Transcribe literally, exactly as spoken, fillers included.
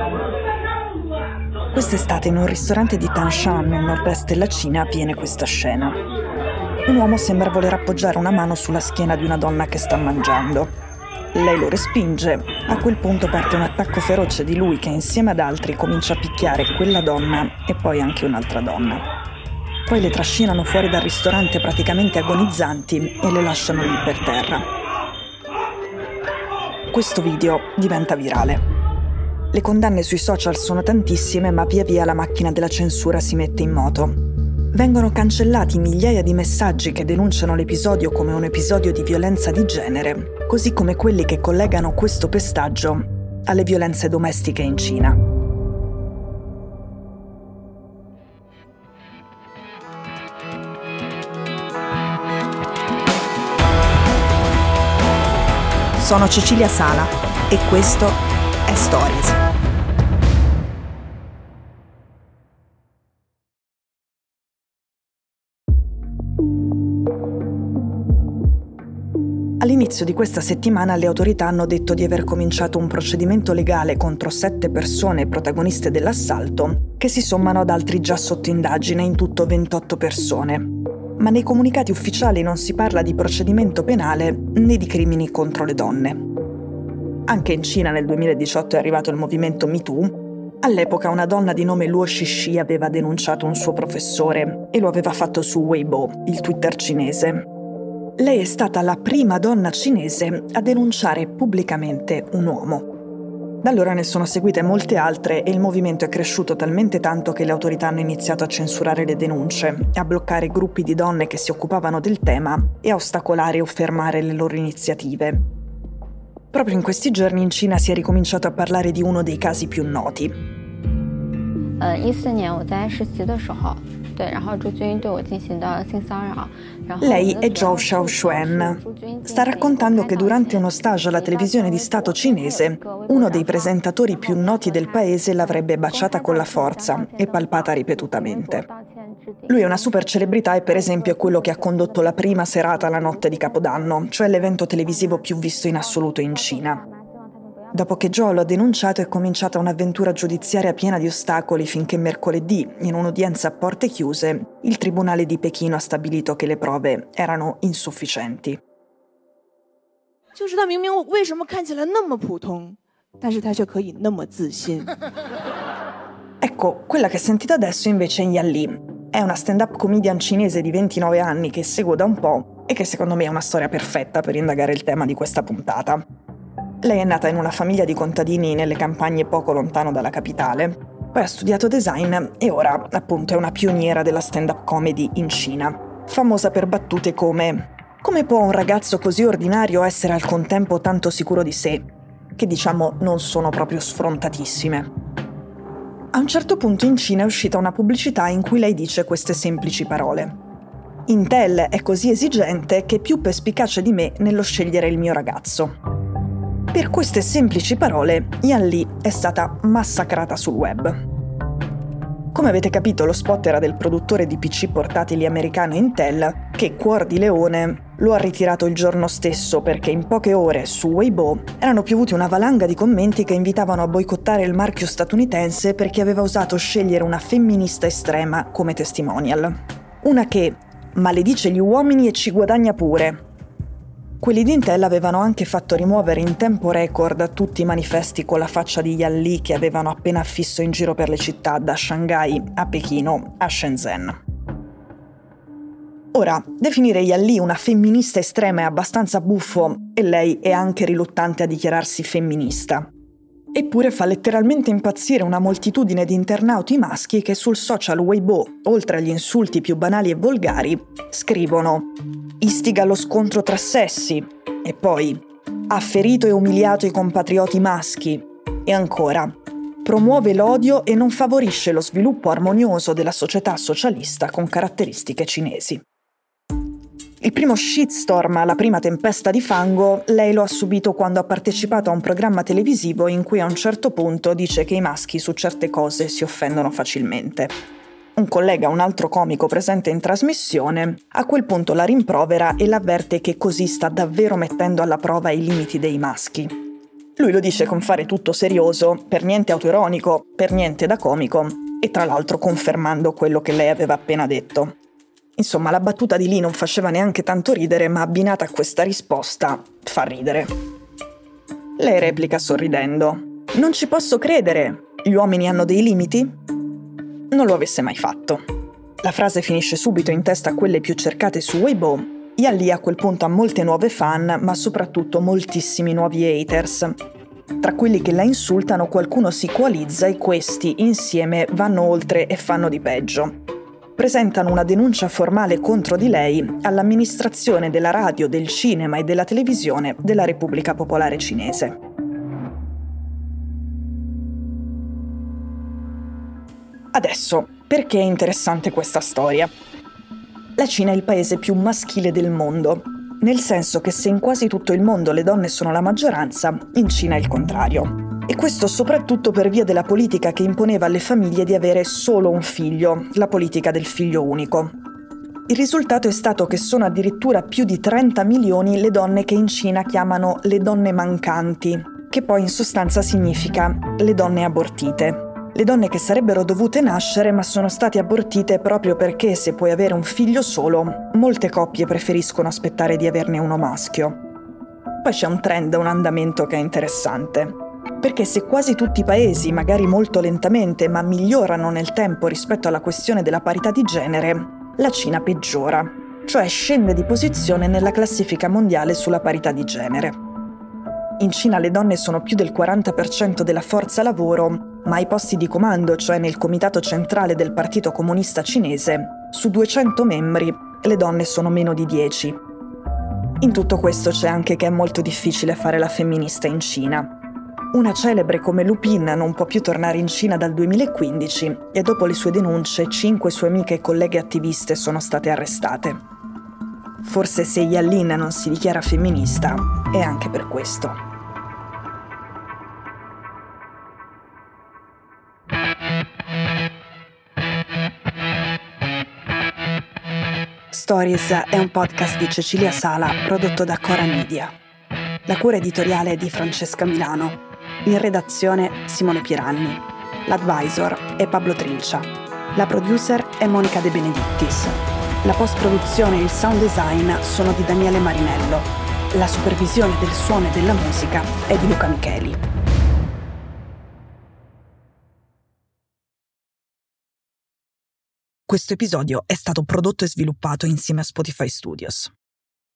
Quest'estate in un ristorante di Tangshan nel nord-est della Cina avviene questa scena. Un uomo sembra voler appoggiare una mano sulla schiena di una donna che sta mangiando. Lei lo respinge. A quel punto parte un attacco feroce di lui che insieme ad altri comincia a picchiare quella donna e poi anche un'altra donna. Poi le trascinano fuori dal ristorante praticamente agonizzanti e le lasciano lì per terra. Questo video diventa virale. Le condanne sui social sono tantissime, ma via via la macchina della censura si mette in moto. Vengono cancellati migliaia di messaggi che denunciano l'episodio come un episodio di violenza di genere, così come quelli che collegano questo pestaggio alle violenze domestiche in Cina. Sono Cecilia Sala e questo è Stories. All'inizio di questa settimana le autorità hanno detto di aver cominciato un procedimento legale contro sette persone protagoniste dell'assalto, che si sommano ad altri già sotto indagine, in tutto ventotto persone. Ma nei comunicati ufficiali non si parla di procedimento penale né di crimini contro le donne. Anche in Cina nel duemiladiciotto è arrivato il movimento MeToo. All'epoca una donna di nome Luo Shixi aveva denunciato un suo professore e lo aveva fatto su Weibo, il Twitter cinese. Lei è stata la prima donna cinese a denunciare pubblicamente un uomo. Da allora ne sono seguite molte altre e il movimento è cresciuto talmente tanto che le autorità hanno iniziato a censurare le denunce, a bloccare gruppi di donne che si occupavano del tema e a ostacolare o fermare le loro iniziative. Proprio in questi giorni in Cina si è ricominciato a parlare di uno dei casi più noti. Lei è Zhou Xiaoxuan. Sta raccontando che durante uno stage alla televisione di Stato cinese, uno dei presentatori più noti del paese l'avrebbe baciata con la forza e palpata ripetutamente. Lui è una super celebrità e per esempio è quello che ha condotto la prima serata la notte di Capodanno, cioè l'evento televisivo più visto in assoluto in Cina. Dopo che Zhou lo ha denunciato è cominciata un'avventura giudiziaria piena di ostacoli finché mercoledì, in un'udienza a porte chiuse, il Tribunale di Pechino ha stabilito che le prove erano insufficienti. Ecco, quella che sentite adesso invece è Yan Li. È una stand-up comedian cinese di ventinove anni che seguo da un po' e che secondo me è una storia perfetta per indagare il tema di questa puntata. Lei è nata in una famiglia di contadini nelle campagne poco lontano dalla capitale, poi ha studiato design e ora, appunto, è una pioniera della stand-up comedy in Cina, famosa per battute come «Come può un ragazzo così ordinario essere al contempo tanto sicuro di sé?» che diciamo non sono proprio sfrontatissime. A un certo punto in Cina è uscita una pubblicità in cui lei dice queste semplici parole. «Intel è così esigente che è più perspicace di me nello scegliere il mio ragazzo». Per queste semplici parole, Yan Li è stata massacrata sul web. Come avete capito, lo spot era del produttore di P C portatili americano Intel, che, cuor di leone, lo ha ritirato il giorno stesso perché in poche ore su Weibo erano piovuti una valanga di commenti che invitavano a boicottare il marchio statunitense perché aveva osato scegliere una femminista estrema come testimonial. Una che maledice gli uomini e ci guadagna pure. Quelli di Intel avevano anche fatto rimuovere in tempo record tutti i manifesti con la faccia di Yan Li che avevano appena affisso in giro per le città da Shanghai a Pechino a Shenzhen. Ora, definire Yan Li una femminista estrema è abbastanza buffo e lei è anche riluttante a dichiararsi femminista. Eppure fa letteralmente impazzire una moltitudine di internauti maschi che sul social Weibo, oltre agli insulti più banali e volgari, scrivono «Istiga allo scontro tra sessi» e poi «Ha ferito e umiliato i compatrioti maschi» e ancora «Promuove l'odio e non favorisce lo sviluppo armonioso della società socialista con caratteristiche cinesi». Il primo shitstorm, la prima tempesta di fango, lei lo ha subito quando ha partecipato a un programma televisivo in cui a un certo punto dice che i maschi su certe cose si offendono facilmente. Un collega, un altro comico presente in trasmissione, a quel punto la rimprovera e l'avverte che così sta davvero mettendo alla prova i limiti dei maschi. Lui lo dice con fare tutto serioso, per niente autoironico, per niente da comico, e tra l'altro confermando quello che lei aveva appena detto. Insomma, la battuta di Lee non faceva neanche tanto ridere, ma abbinata a questa risposta fa ridere. Lei replica sorridendo: «Non ci posso credere! Gli uomini hanno dei limiti?» Non lo avesse mai fatto. La frase finisce subito in testa a quelle più cercate su Weibo. Yan Li a quel punto ha molte nuove fan, ma soprattutto moltissimi nuovi haters. Tra quelli che la insultano qualcuno si coalizza e questi insieme vanno oltre e fanno di peggio. Presentano una denuncia formale contro di lei all'amministrazione della radio, del cinema e della televisione della Repubblica Popolare Cinese. Adesso, perché è interessante questa storia? La Cina è il paese più maschile del mondo, nel senso che se in quasi tutto il mondo le donne sono la maggioranza, in Cina è il contrario. E questo soprattutto per via della politica che imponeva alle famiglie di avere solo un figlio, la politica del figlio unico. Il risultato è stato che sono addirittura più di trenta milioni le donne che in Cina chiamano le donne mancanti, che poi in sostanza significa le donne abortite. Le donne che sarebbero dovute nascere ma sono state abortite proprio perché se puoi avere un figlio solo, molte coppie preferiscono aspettare di averne uno maschio. Poi c'è un trend, un andamento che è interessante. Perché se quasi tutti i paesi, magari molto lentamente, ma migliorano nel tempo rispetto alla questione della parità di genere, la Cina peggiora, cioè scende di posizione nella classifica mondiale sulla parità di genere. In Cina le donne sono più del quaranta per cento della forza lavoro, ma ai posti di comando, cioè nel comitato centrale del Partito Comunista Cinese, su duecento membri, le donne sono meno di dieci. In tutto questo c'è anche che è molto difficile fare la femminista in Cina. Una celebre come Lu Pin non può più tornare in Cina dal duemilaquindici e dopo le sue denunce cinque sue amiche e colleghe attiviste sono state arrestate. Forse se Yan Li non si dichiara femminista è anche per questo. Stories è un podcast di Cecilia Sala prodotto da Cora Media. La cura editoriale è di Francesca Milano. In redazione Simone Piranni. L'advisor è Pablo Trincia. La producer è Monica De Benedictis. La post-produzione e il sound design sono di Daniele Marinello. La supervisione del suono e della musica è di Luca Micheli. Questo episodio è stato prodotto e sviluppato insieme a Spotify Studios.